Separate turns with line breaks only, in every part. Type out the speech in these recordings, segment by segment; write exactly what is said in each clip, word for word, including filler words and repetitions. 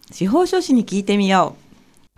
司法書士に聞いてみよう。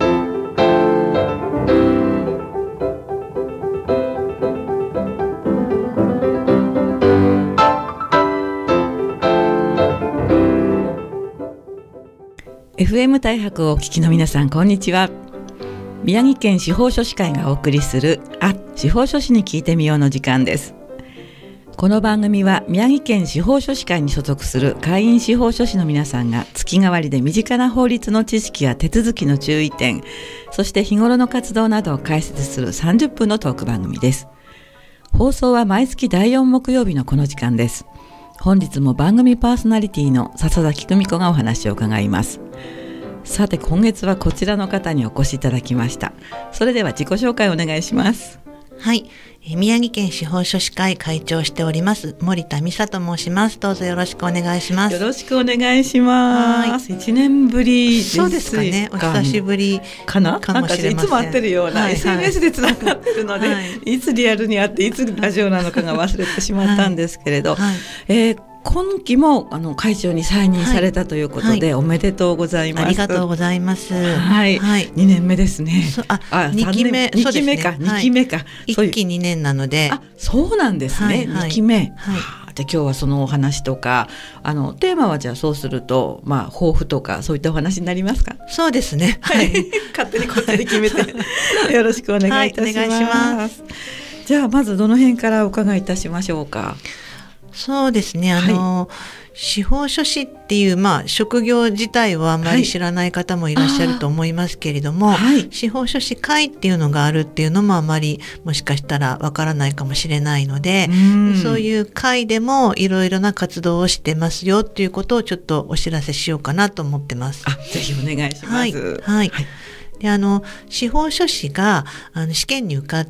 エフエム 大白をお聞きの皆さん、こんにちは。宮城県司法書士会がお送りするあ、司法書士に聞いてみようの時間です。この番組は宮城県司法書士会に所属する会員司法書士の皆さんが月替わりで身近な法律の知識や手続きの注意点、そして日頃の活動などを解説するさんじゅっぷんのトーク番組です。放送は毎月だいよん木曜日のこの時間です。本日も番組パーソナリティの笹崎久美子がお話を伺います。さて、今月はこちらの方にお越しいただきました。それでは自己紹介をお願いします。
はい、え宮城県司法書士会会長をしております森田美沙と申します。どうぞよろしくお願いします。
よろしくお願いします。いちねんぶりですか。
そうですかね。お久しぶり
かな。
かもしれません。
なんかいつも会ってるような、はい、エスエヌエス でつながってるので、はい、いつリアルに会っていつラジオなのかが忘れてしまったんですけれど、はいはい、えー今期もあの会長に再任されたということで、はいはい、おめでとうございます。
ありがとうございます。
はい、はい、にねんめですね。
ああにきめ、
にきめか、にきめか、はい、
いっきにねんなので。
あ、そうなんですね。はいはい、にきめ、はい、じゃあ今日はそのお話とか、あのテーマはじゃあそうすると、まあ抱負とかそういったお話になりますか。
そうですね。はい、
勝手にこっちで決めてよろしくお願いいたします。はい、お願いします。じゃあまずどの辺からお伺いいたしましょうか。
そうですね。あの、はい、司法書士っていう、まあ、職業自体はあまり知らない方もいらっしゃると思いますけれども、はい、司法書士会っていうのがあるっていうのもあまりもしかしたらわからないかもしれないので、うそういう会でもいろいろな活動をしてますよっていうことをちょっとお知らせしようかなと思ってます。
あ、ぜひお願いします。
はい。はいはいであの司法書士があの試験に受かって、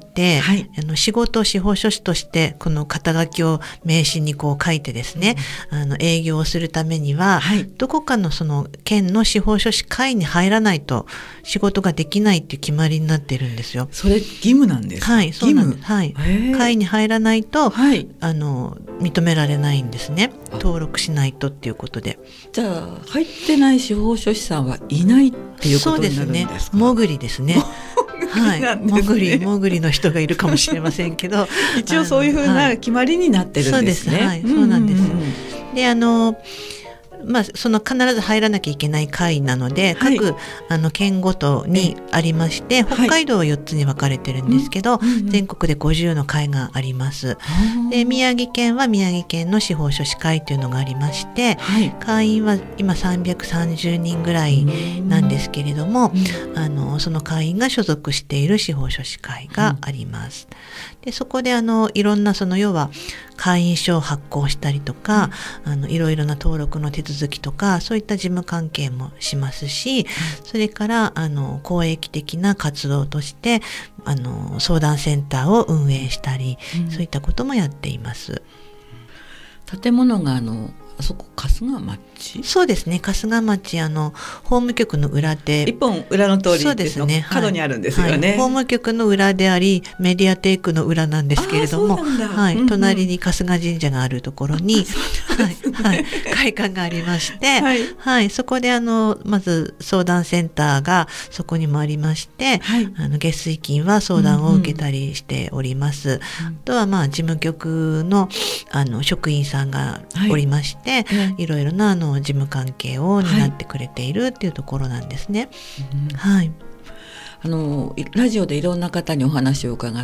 はい、あの仕事を司法書士としてこの肩書きを名刺にこう書いてですね、うん、あの営業をするためには、はい、どこかのその県の司法書士会に入らないと仕事ができないっていう決まりになってるんですよ。
それ義務なんですか。
はい、そうなんです。はい、会に入らないと、はい、あの認められないんですね。登録しないとっていうことで。
じゃあ入ってない司法書士さんはいないっていうことになるんですか。そうですね。
もぐりですね。はい、もぐりもぐりの人がいるかもしれませんけど
一応そういうふうな決まりになってるんですね。
そうです、はい、そうなんです。で、あのまあ、その必ず入らなきゃいけない会なので、はい、各あの県ごとにありまして、北海道はよっつに分かれてるんですけど、はい、全国でごじゅうの会があります。で、宮城県は宮城県の司法書士会というのがありまして、はい、会員は今さんびゃくさんじゅうにんぐらいなんですけれども、あのその会員が所属している司法書士会があります。で、そこであのいろんなその要は会員証を発行したりとか、うん、あのいろいろな登録の手続きとかそういった事務関係もしますし、うん、それからあの公益的な活動としてあの相談センターを運営したり、うん、そういったこともやっています。
建物があのあそこ春日町。
そうですね。春日町あの法務局の裏で
一本裏の通り
そうですね。
角にあるんですよね。はい
はい、法務局の裏でありメディアテイクの裏なんですけれども、はい、うんうん、隣に春日神社があるところに、はいはい、会館がありまして、はいはい、そこであのまず相談センターがそこにもありまして、はい、あの月水金は相談を受けたりしております。うんうん、あとはまあ事務局のあの職員さんがおりまして、はい、いろいろなあの事務関係を担ってくれているっていうところなんですね。はい、はい、
あのラジオでいろんな方にお話を伺って、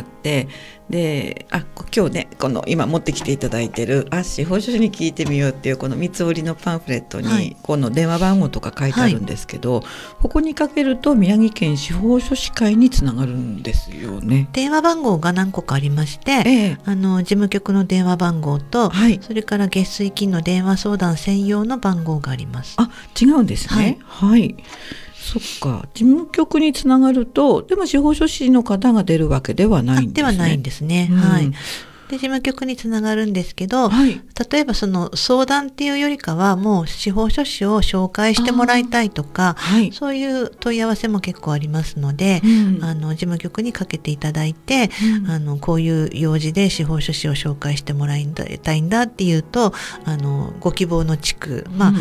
で、あ、今日ねこの今持ってきていただいているあ司法書士に聞いてみようっていうこの三つ折りのパンフレットに、はい、この電話番号とか書いてあるんですけど、はい、ここにかけると宮城県司法書士会につながるんですよね。
電話番号が何個かありまして、ええ、あの事務局の電話番号と、はい、それから月水金の電話相談専用の番号があります。
あ、違うんですね。はい、はい、そっか。事務局につながるとでも司法書士の方が出るわけではないんですね。
ではないんですね。うん、はい。で事務局につながるんですけど、はい、例えばその相談っていうよりかはもう司法書士を紹介してもらいたいとか、はい、そういう問い合わせも結構ありますので、うん、あの事務局にかけていただいて、うん、あのこういう用事で司法書士を紹介してもらいたいんだっていうとあのご希望の地区、まあ、うん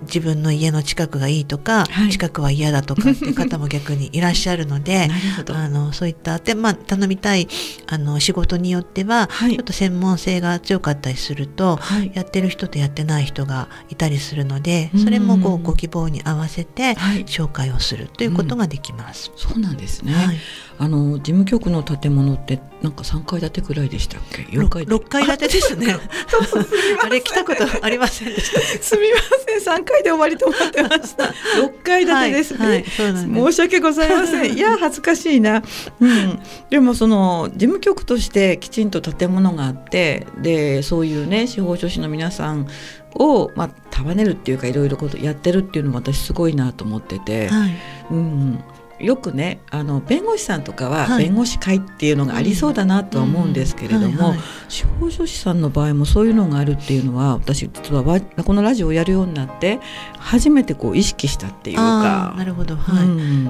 自分の家の近くがいいとか、はい、近くは嫌だとかっていう方も逆にいらっしゃるのであのそういったで、まあ、頼みたいあの仕事によっては、はい、ちょっと専門性が強かったりすると、はい、やってる人とやってない人がいたりするので、それもこうご希望に合わせて紹介をするということができます。
うん、そうなんですね。はい、あの事務局の建物ってなんかさんかい建てくらいでしたっけ？よんかい
ろっかい建てですね。あれ来たことありませんでした。
すみません、さんかいで終わりと思ってました。ろっかい建てですね。はいはい、そうなんです。申し訳ございません。いや恥ずかしいな。うん、でもその事務局としてきちんと建物があって、でそういうね司法書士の皆さんを、まあ、束ねるっていうかいろいろことやってるっていうのも私すごいなと思ってて、はい、うん、よくねあの弁護士さんとかは弁護士会っていうのがありそうだなとは思うんですけれども、司法書士さんの場合もそういうのがあるっていうのは私実はこのラジオをやるようになって初めてこう意識したっていうか。
なるほど、はい、うん、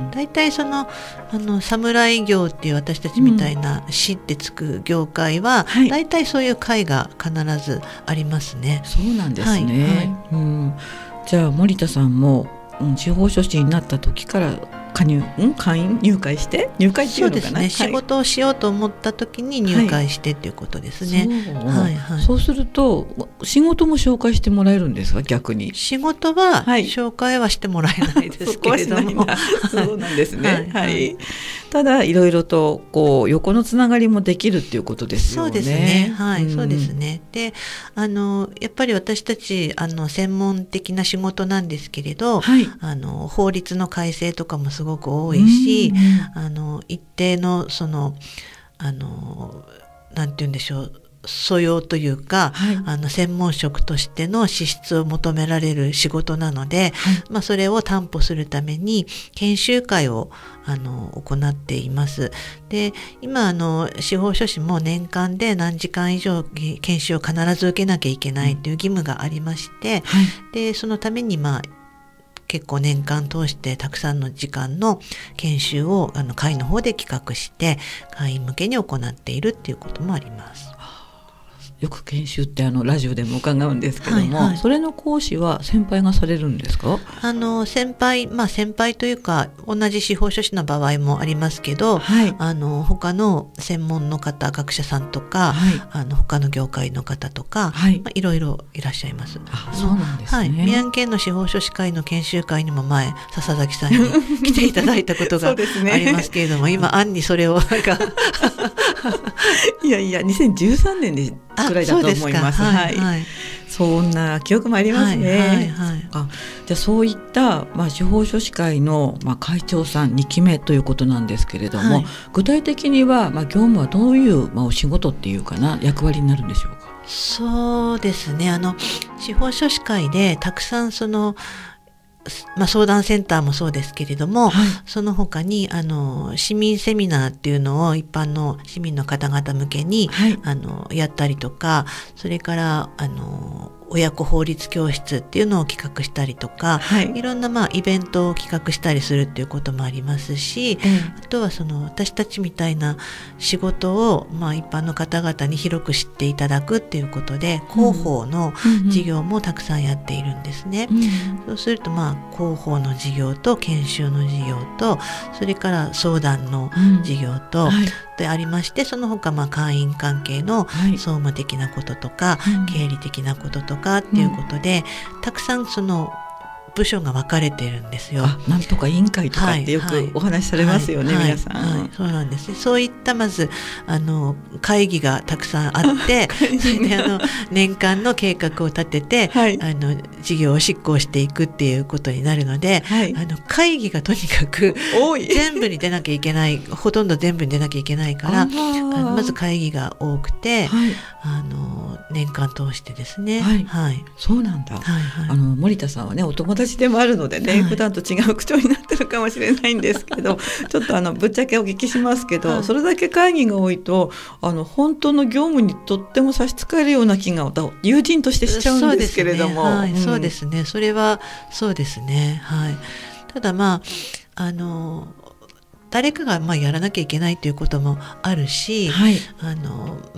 だいたいそのあの侍業っていう私たちみたいな師ってつく業界は、うん、だいたいそういう会が必ずありますね。
そうなんですね。はいはい、うん、じゃあ森田さんも、うん、司法書士になった時から加入、ん会員入会して入会っていうのかな。
そうですね、はい、仕事をしようと思った時に入会してっていうことですね。
はい、そう、はいはい、そうすると仕事も紹介してもらえるんですか？逆に
仕事は紹介はしてもらえないですけれども、はい、
そうなんですね。はいはい、ただいろいろとこう横のつながりもできるっていうことですよね。
そうですね、はい、うん、そうですね。であのやっぱり私たちあの専門的な仕事なんですけれど、はい、あの法律の改正とかもすごく多いし、うんうん、あの一定のそのあのなんて言うんでしょう、素養というか、はい、あの専門職としての資質を求められる仕事なので、はい、まあ、それを担保するために研修会をあの行っています。で今あの司法書士も年間で何時間以上研修を必ず受けなきゃいけないという義務がありまして、はい、でそのためにまあ結構年間通してたくさんの時間の研修をあの会の方で企画して会員向けに行っているっていうこともあります。
よく研修ってあのラジオでも伺うんですけども、はいはい、それの講師は先輩がされるんですか？
あの先輩、まあ先輩というか同じ司法書士の場合もありますけど、はい、あの他の専門の方、学者さんとか、はい、あの他の業界の方とか、はい、まあ、いろいろいらっしゃいます。
あ、そうなんですね。はい、
宮城県の司法書士会の研修会にも前笹崎さんに来ていただいたことがありますけれども、ね、今暗にそれをなんか
いやいやにせんじゅうさんねんでくらいだと思います。はいはい、そんな記憶もありますね。はいはいはい、あ、じゃあそういった、まあ、司法書士会の、まあ、会長さんにきめということなんですけれども、はい、具体的には、まあ、業務はどういう、まあ、お仕事っていうかな役割になるんでしょうか？
そうですね、あの司法書士会でたくさんそのまあ、相談センターもそうですけれども、はい、その他にあの市民セミナーっていうのを一般の市民の方々向けに、はい、あのやったりとか、それからあの親子法律教室っていうのを企画したりとか、はい、いろんなまあイベントを企画したりするっていうこともありますし、うん、あとはその私たちみたいな仕事をまあ一般の方々に広く知っていただくっていうことで、広報の事業もたくさんやっているんですね。うんうん、そうするとまあ広報の事業と研修の事業と、それから相談の事業と、うん、はい、でありまして、その他まあ会員関係の総務的なこととか、はい、経理的なこととかっていうことで、うん、たくさんその部署が分かれてるんですよ。
あ、なんとか委員会とかってよくお話しされますよね、はいはい、皆さん、はいはい、
そうなんです。そういったまずあの会議がたくさんあってであの年間の計画を立てて、はい、あの事業を執行していくっていうことになるので、はい、あの会議がとにかく多い全部に出なきゃいけないほとんど全部に出なきゃいけないからあのまず会議が多くて、はい、あの年間通してですね、
はいはい、そうなんだ、はいはい、あの森田さんはねお友達でもあるのでね、はい、普段と違う口調になってるかもしれないんですけどちょっとあのぶっちゃけお聞きしますけど、はい、それだけ会議が多いとあの本当の業務にとっても差し支えるような気が友人としてしちゃうんですけれども、
そうですね、それはそうですね、はい、ただまああの誰かがまあやらなきゃいけないということもあるし、はい、あのまあ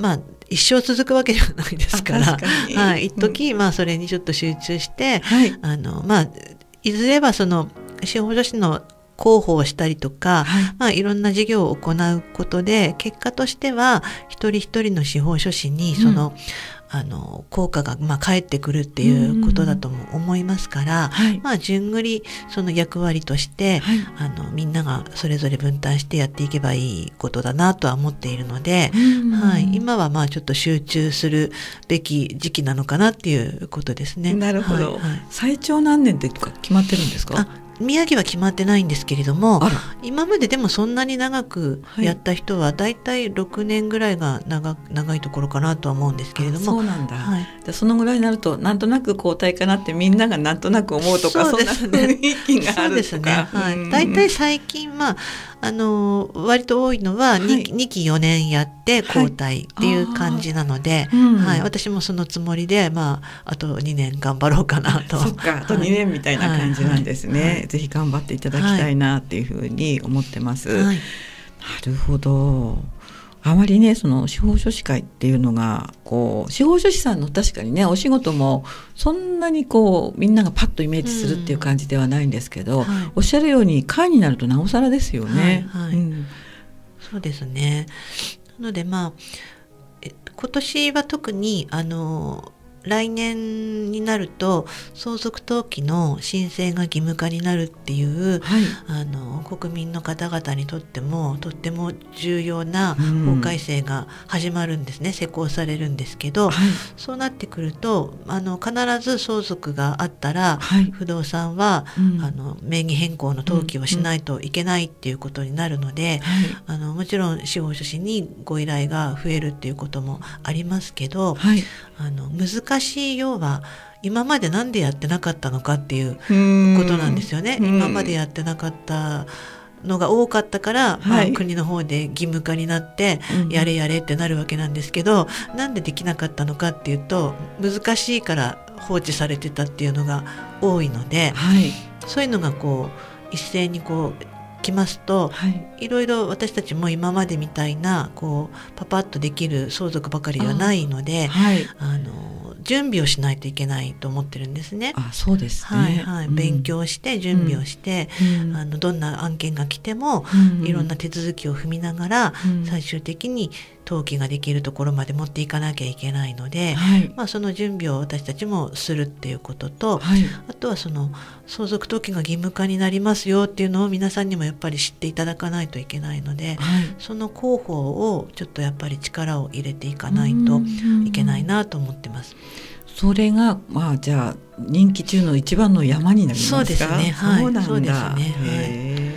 一生続くわけではないですから、はい、一時、
うん、
まあそれにちょっと集中して、
はい、
あのまあいずれはその司法書士の広報をしたりとか、はい、まあ、いろんな事業を行うことで結果としては一人一人の司法書士にその、うん、あの効果がまあ返ってくるっていうことだとも思いますから、はい、まあ順繰りその役割として、はい、あのみんながそれぞれ分担してやっていけばいいことだなとは思っているので、はい、今はまあちょっと集中するべき時期なのかなっていうことですね。
なるほど、はいはい、最長何年って決まってるんですか？
宮城は決まってないんですけれども、今まででもそんなに長くやった人はだいたいろくねんぐらいが 長, 長いところかなとは思うんですけれども。
そうなんだ、はい、じゃそのぐらいになるとなんとなく交代かなってみんながなんとなく思うとか、そんな雰囲気があるとか。そうですね、はい、だいたい最近まああの割と多いのは 2,、はい、にきよねんやって交代っていう感じなので、はい、うんはい、私もそのつもりで、まあ、あとにねん頑張ろうかなと。 そっか、あとにねんみたいな感じなんですね、はいはいはい、ぜひ頑張っていただきたいなっていうふうに思ってます、はい、なるほど。あまりねその司法書士会っていうのがこう司法書士さんの確かにねお仕事もそんなにこうみんながパッとイメージするっていう感じではないんですけど、うんはい、おっしゃるように会になるとなおさらですよね、はいはい、うん、
そうですね。なのでまあえ今年は特にあの来年になると相続登記の申請が義務化になるっていう、はい、あの国民の方々にとってもとっても重要な法改正が始まるんですね、うん、施行されるんですけど、はい、そうなってくるとあの必ず相続があったら、はい、不動産は、うん、あの名義変更の登記をしないといけないっていうことになるので、うん、あのもちろん司法書士にご依頼が増えるっていうこともありますけど、はい、あの難しい要は今までなんでやってなかったのかっていうことなんですよね。今までやってなかったのが多かったから、まあ、国の方で義務化になってやれやれってなるわけなんですけど、うん、なんでできなかったのかっていうと難しいから放置されてたっていうのが多いので、はい、そういうのがこう一斉にこうきますと、はい、いろいろ私たちも今までみたいなこうパパッとできる相続ばかりはないので、あ、はい、あの準備をしないといけないと思ってるんですね。
あ、そうですね、
はいはい、うん、勉強して準備をして、うん、あのどんな案件が来ても、うん、いろんな手続きを踏みながら、うん、最終的に登記ができるところまで持っていかなきゃいけないので、はい、まあ、その準備を私たちもするっていうことと、はい、あとはその相続登記が義務化になりますよっていうのを皆さんにもやっぱり知っていただかないといけないので、はい、その広報をちょっとやっぱり力を入れていかないといけないなと思ってます。
それがまあじゃあ任期中の一番の山になりますか？
そうですね、はい、
そうなんだ。
そうですね、はい、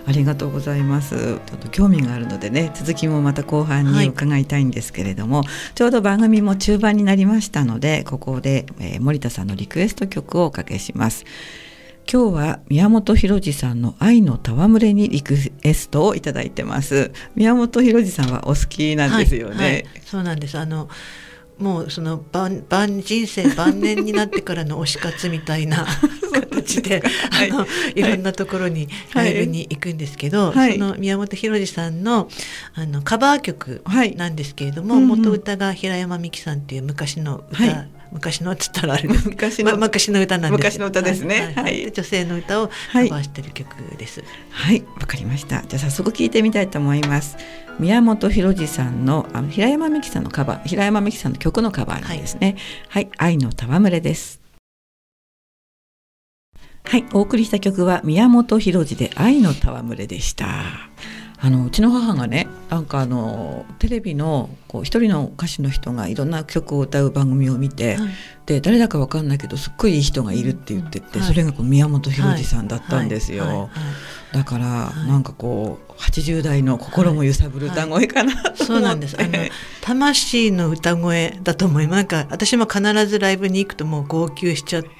ありがとうございます。ちょっと興味があるのでね、続きもまた後半に伺いたいんですけれども、はい、ちょうど番組も中盤になりましたので、ここで、えー、森田さんのリクエスト曲をおかけします。今日は宮本浩次さんの愛の戯れにリクエストをいただいてます。宮本浩次さんはお好きなんですよね。
はいはい、そうなんです。あのもうその 晩, 晩人生晩年になってからの推し活みたいな形ではい、あのいろんなところにライブに行くんですけど、はい、その宮本浩次さん の, あのカバー曲なんですけれども、はい、元歌が平山美樹さんっていう昔の歌、はい、昔のって言ったらあれです昔 の,、ま、昔の歌なんです。
昔の歌ですね、
はいはいはい、女性の歌をカバーしてる曲です。
はい、わ、はい、かりました。じゃあ早速聴いてみたいと思います。宮本浩次さん の, あの平山美樹さんのカバー、平山美樹さんの曲のカバーなんですね。はい、はい、愛の戯れです。はい、お送りした曲は宮本浩次で愛の戯れでした。あのうちの母がね、なんかあのテレビのこう一人の歌手の人がいろんな曲を歌う番組を見て、はい、で誰だか分かんないけどすっごいいい人がいるって言ってて、はい、それがこう宮本浩次さんだったんですよ。はいはいはいはい、だから、はい、なんかこうはちじゅう代の心も揺さぶる歌声かなと思って、はいはい、そうなんです。あの魂の歌声だと思います。なんか私も必ずライブに行くともう号泣しちゃって、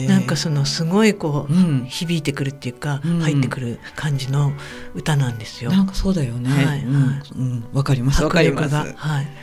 なんかそのすごいこう、うん、響いてくるっていうか、うん、入ってくる感じの歌なんですよ。なんかそうだよね。はい、うんうん、わかりますわかります。
はい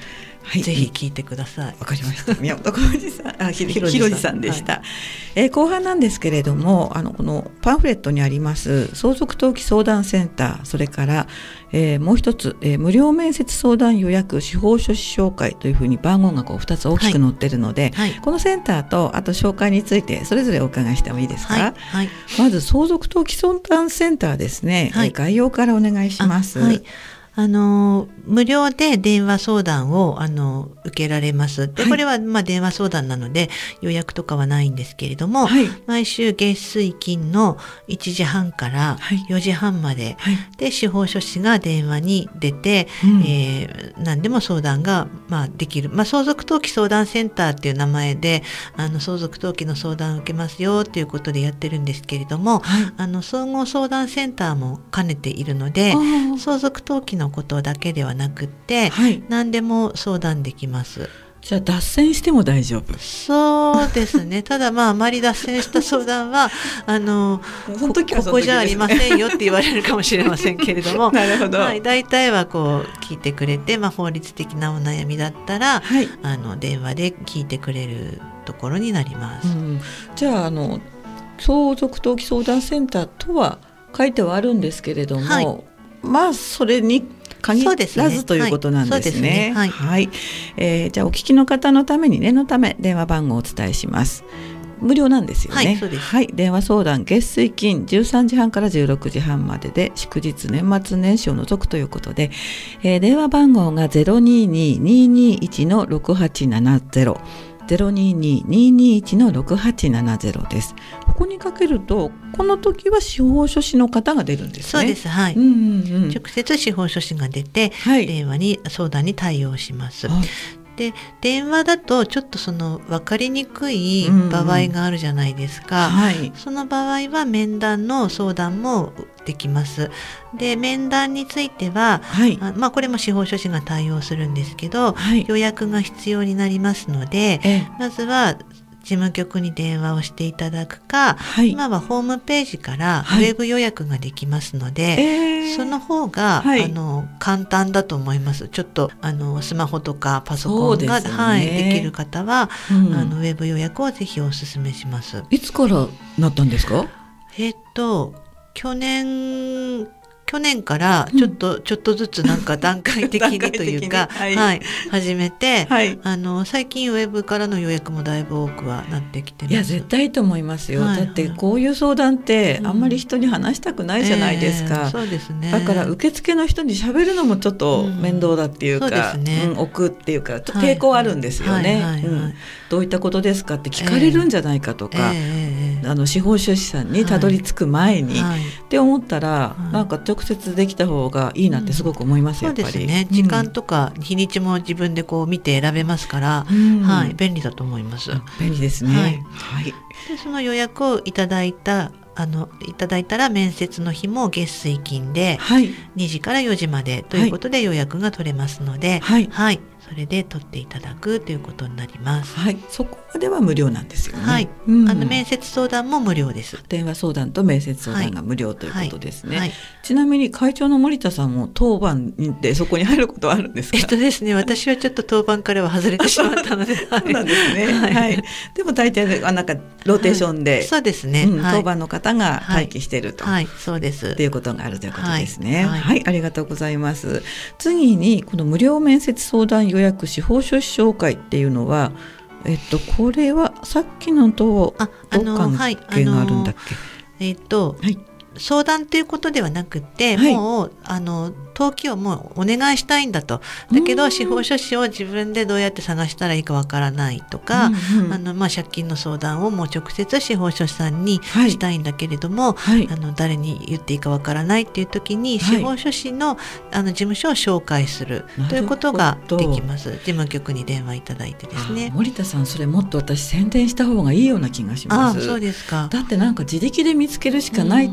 はい、
ぜひ聞いてください。
わかりました。宮本浩二さん、あ、ひろじさんでした。はい、えー、後半なんですけれども、あのこのパンフレットにあります相続登記相談センター、それから、えー、もう一つ、えー、無料面接相談予約司法書士紹介というふうに番号がこうふたつ大きく載っているので、はいはい、このセンターとあと紹介についてそれぞれお伺いしてもいいですか？はいはい、まず相続登記相談センターですね、はい、概要からお願いします。
あの無料で電話相談をあの受けられます。で、はい、これはまあ電話相談なので予約とかはないんですけれども、はい、毎週月水金のいちじはんからよじはんまで、はい、で司法書士が電話に出て、うん、えー、何でも相談がまあできる、まあ、相続登記相談センターっていう名前であの相続登記の相談を受けますよということでやってるんですけれども、はい、あの総合相談センターも兼ねているので、相続登記のことだけではなくって、はい、何でも相談できます。
じゃあ脱線しても大丈夫？
そうですね。ただまああまり脱線した相談はあのその時はその時ですね、ここじゃありませんよって言われるかもしれませんけれども
なるほど、
はい、大体はこう聞いてくれて、まあ、法律的なお悩みだったら、はい、あの電話で聞いてくれるところになります。うん、
じゃあ、あの相続登記相談センターとは書いてはあるんですけれども、はい、まあそれに限らずということなんですね。はい、はい、えー、じゃあお聞きの方のために念のため電話番号をお伝えします。無料なんですよね。はい、そうです。はい、電話相談月水金じゅうさんじはんからじゅうろくじはんまでで、祝日年末年始を除くということで、えー、電話番号が ゼロにーにーにーにーいちのろくはちななゼロ ゼロにーにーにーにーいちのろくはちななゼロです。ここにかけるとこの時は司法書士の方が出るんですね。
そうです、はい、うんうんうん、直接司法書士が出て、はい、電話に相談に対応します。はい、で電話だとちょっとその分かりにくい場合があるじゃないですか。うんうん、はい、その場合は面談の相談もできます。で面談については、はい、あまあ、これも司法書士が対応するんですけど、はい、予約が必要になりますので、まずは事務局に電話をしていただくか、はい、今はホームページからウェブ予約ができますので、はい、えー、その方が、はい、あの簡単だと思います。ちょっとあのスマホとかパソコンが、ね、はい、できる方は、うん、あのウェブ予約をぜひお勧めします。
いつからなったんですか？
えっと去年去年からちょっと、うん、ちょっとずつなんか段階的にというか、はいはい、始めて、はい、あの最近ウェブからの予約もだいぶ多くはなってきてます。
いや絶対いいと思いますよ。はいはい、だってこういう相談ってあんまり人に話したくないじゃないですか。うん、えー、そうですね。だから受付の人に喋るのもちょっと面倒だっていうか、うん、そうですね、うん、置くっていうか抵抗あるんですよね。どういったことですかって聞かれるんじゃないかとか、えー、あの司法書士さんにたどり着く前に、はいはい、って思ったら、はい、なんか直接できた方がいいなってすごく思います、うん、やっぱり。
そうですね、時間とか日にちも自分でこう見て選べますから、うん、はい、便利だと思います。
便利ですね。はいはい、
でその予約をいただいたあのいただいたら面接の日も月水金でにじからよじまでということで予約が取れますので、はい、はい、それで取っていただくということになります。
はい、そこまでは無料なんですよね。
はい、うん、あの面接相談も無料です。
電話相談と面接相談が無料ということですね。はいはいはい、ちなみに会長の森田さんも当番でそこに入ることはあるんですか？
えっとですね、私はちょっと当番からは外れてしまったので
そうなんですね。はいはい、でも大体あなんかローテーションで、はい、
そうですね、
うん、当番の方が待機していると、
はいはい、そうです
っていうことがあるということですね。はい、はい、ありがとうございます。次にこの無料面接相談予約司法書士紹介っていうのは、えっと、これはさっきのとどう関係があるんだっけ？
えっと、はい、相談ということではなくて、はい、もうあの登記をもうお願いしたいんだと。だけど司法書士を自分でどうやって探したらいいかわからないとか、うんうん、あのまあ、借金の相談をもう直接司法書士さんにしたいんだけれども、はい、あの誰に言っていいかわからないっていう時に、はい、司法書士の、あの事務所を紹介するということができます。事務局に電話いただいてですね。
森田さん、それもっと私宣伝した方がいいような気がします。
あ、そうですか。
だってなんか自力で見つけるしかないって、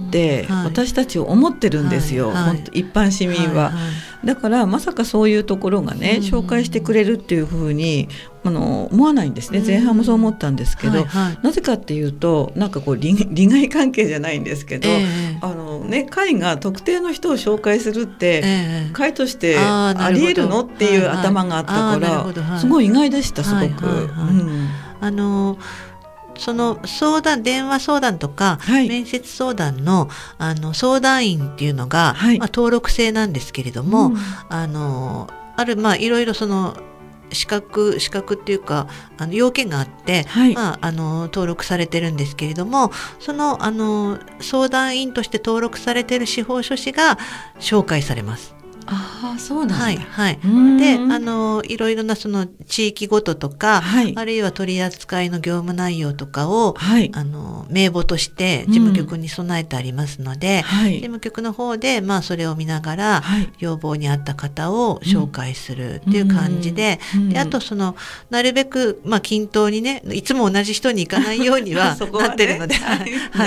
はい、私たち思ってるんですよ、はいはい、一般市民は。はいはい、だからまさかそういうところがね、うん、紹介してくれるっていうふうにあの思わないんですね。前半もそう思ったんですけど、うん、はいはい、なぜかっていうとなんかこう 利, 利害関係じゃないんですけど、えー、あのの、ね、会が特定の人を紹介するって、えー、会としてありえるのっていう頭があったから、はいはい、すごい意外でした、すごく。はいはいはい、うん、
あのその相談電話相談とか、はい、面接相談 の, あの相談員っていうのが、はい、まあ、登録制なんですけれども、うん、あのあるまあいろいろその資格資格っていうかあの要件があって、はい、まあ、あの登録されてるんですけれども、そのあの相談員として登録されている司法書士が紹介されます。
ああ、そうなんだ。
はいはい。で、あのいろいろなその地域ごととか、はい、あるいは取り扱いの業務内容とかを、はい、あの名簿として事務局に備えてありますので、うん、事務局の方でまあそれを見ながら、はい、要望に合った方を紹介するっていう感じで、うん、であとそのなるべくまあ均等にね、いつも同じ人に行かないようにはなってるので、はい、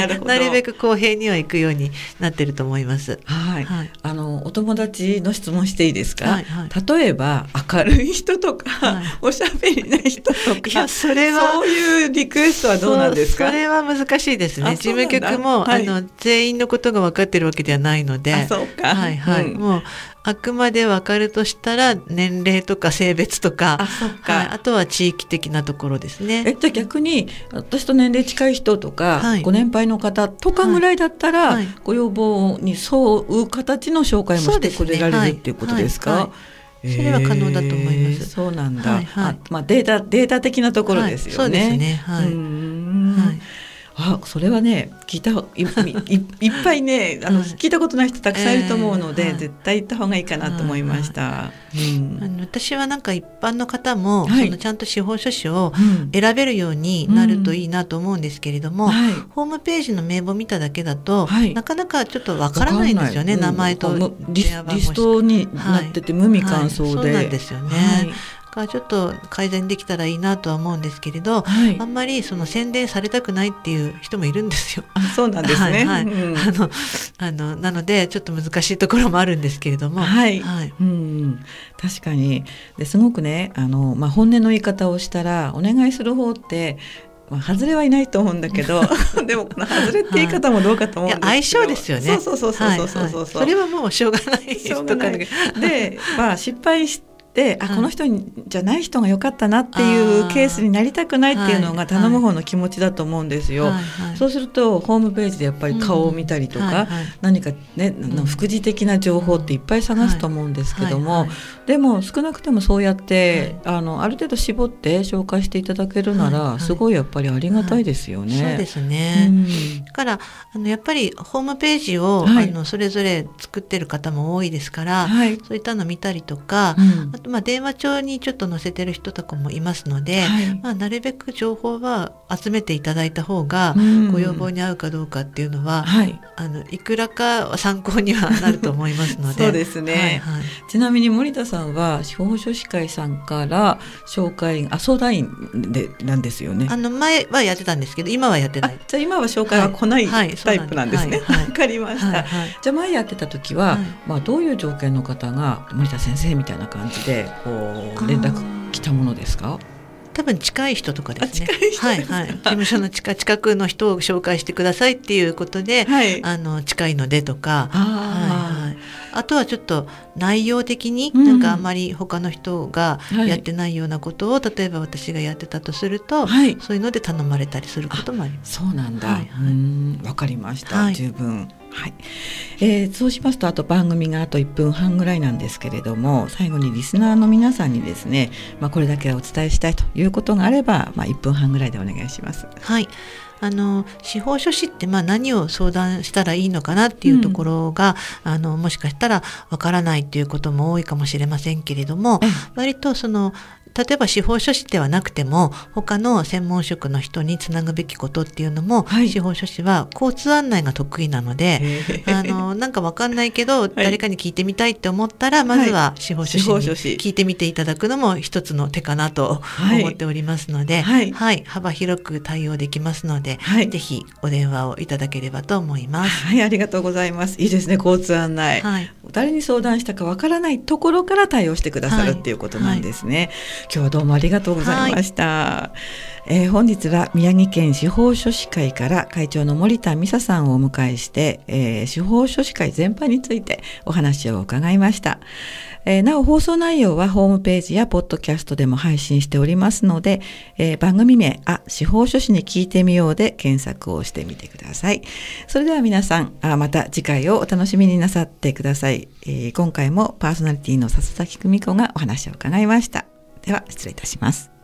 な, なるべく公平には行くようになってると思います。
はい。はい、あのお友達の質問していいですか？はいはい、例えば明るい人とか、はい、おしゃべりな人とか、いやそれはそういうリクエストはどうなんですか？
そ, それは難しいですね。事務局も、はい、あの全員のことが分かってるわけではないので、
あ、そうか、
はいはい、うん、もうあくまで分かるとしたら年齢とか性別とか、 あ, そっか、はい、あとは地域的なところですね。
えじゃあ逆に私と年齢近い人とか、はい、ご年配の方とかぐらいだったら、はいはい、ご要望に沿う形の紹介もしてくれられるっていうことですか？はいはい
はい、それは可能だと思います。
えー、そうなんだ。はいはい、あ、まあ、データ、データ的なところですよね。はい、そうですね。はい。うーん、はい、あ、それはね聞いた い, い, いっぱいねあの、はい、聞いたことない人たくさんいると思うので、えーはい、絶対行った方がいいかなと思いました。はいはい、うん、あの
私はなんか一般の方も、はい、そのちゃんと司法書士を選べるようになるといいなと思うんですけれども、うんはい、ホームページの名簿見ただけだと、はい、なかなかちょっとわからないんですよね、名前と電話番号しか。
リストになってて、はい、無味乾燥で、はい、
そうなんですよね。はい、ちょっと改善できたらいいなとは思うんですけれど、はい、あんまりその宣伝されたくないっていう人もいるんですよ。
あ、そうなんですね。はいはい、
うん、あのあのなのでちょっと難しいところもあるんですけれども、
はいはい、うん、確かにですごくねあの、まあ、本音の言い方をしたらお願いする方ってまあ、外れはいないと思うんだけどでもこの外れって言い方もどうかと思うんですけど、はい、
いや相性ですよね。
そうそうそうそうそうそう、はいはい、
それはもうしょうがない
しょうがないで、まあ、失敗してであこの人じゃない人が良かったなっていうケースになりたくないっていうのが頼む方の気持ちだと思うんですよ。はいはい、そうするとホームページでやっぱり顔を見たりとか、うんはいはい、何かね、うん、副次的な情報っていっぱい探すと思うんですけども、はいはいはい、でも少なくてもそうやって、はい、あのある程度絞って紹介していただけるなら、はいはい、すごいやっぱりありがたいですよね。はいはい、
そうですね。うん、だからあのやっぱりホームページを、はい、あのそれぞれ作ってる方も多いですから、はい、そういったの見たりとか、うん、あとまあ電話帳にちょっと載せてる人とかもいますので、はい、まあ、なるべく情報は集めていただいた方がご要望に合うかどうかっていうのは、はい、あのいくらか参考にはなると思いますので
そうですね、はいはい、ちなみに森田さんは司法書士会さんから紹介あ相談員でなんですよね。
あの前はやってたんですけど今はやってない。
じゃあ今は紹介は来ない、はい、タイプなんですね。わ、はいはい、かりました、はいはい、じゃあ前やってた時は、はい、まあ、どういう条件の方が森田先生みたいな感じでこう連絡来たものですか？
多分近い人とかですね。
近い人ですか？
はいはい、事務所の近近くの人を紹介してくださいっていうことで、はい、あの近いのでとか、あ、はいはい、あとはちょっと内容的になんかあんまり他の人がやってないようなことを、はい、例えば私がやってたとすると、はい、そういうので頼まれたりすることもあります。
そうなんだ、はいはい、うん、わかりました、はい、十分。はい、えー、そうしますとあと番組があといっぷんはんぐらいなんですけれども、最後にリスナーの皆さんにですね、まあ、これだけお伝えしたいということがあれば、まあ、いっぷんはんぐらいでお願いします。
はい、あの司法書士ってまあ何を相談したらいいのかなっていうところが、うん、あのもしかしたらわからないということも多いかもしれませんけれども、割とその例えば司法書士ではなくても他の専門職の人につなぐべきことっていうのも、はい、司法書士は交通案内が得意なので、あのなんか分かんないけど、はい、誰かに聞いてみたいって思ったら、まずは司法書士に聞いてみていただくのも一つの手かなと思っておりますので、はいはい、幅広く対応できますので、はい、ぜひお電話をいただければと思います。
はい、ありがとうございます。いいですね、交通案内、はい、誰に相談したか分からないところから対応してくださるっていうことなんですね。はいはい、 今日はどうもありがとうございました。はい、えー、本日は宮城県司法書士会から会長の森田美沙さんをお迎えして、えー、司法書士会全般についてお話を伺いました。えー、なお放送内容はホームページやポッドキャストでも配信しておりますので、えー、番組名あ司法書士に聞いてみようで検索をしてみてください。それでは皆さんあまた次回をお楽しみになさってください。えー、今回もパーソナリティの笹崎久美子がお話を伺いました。では失礼いたします。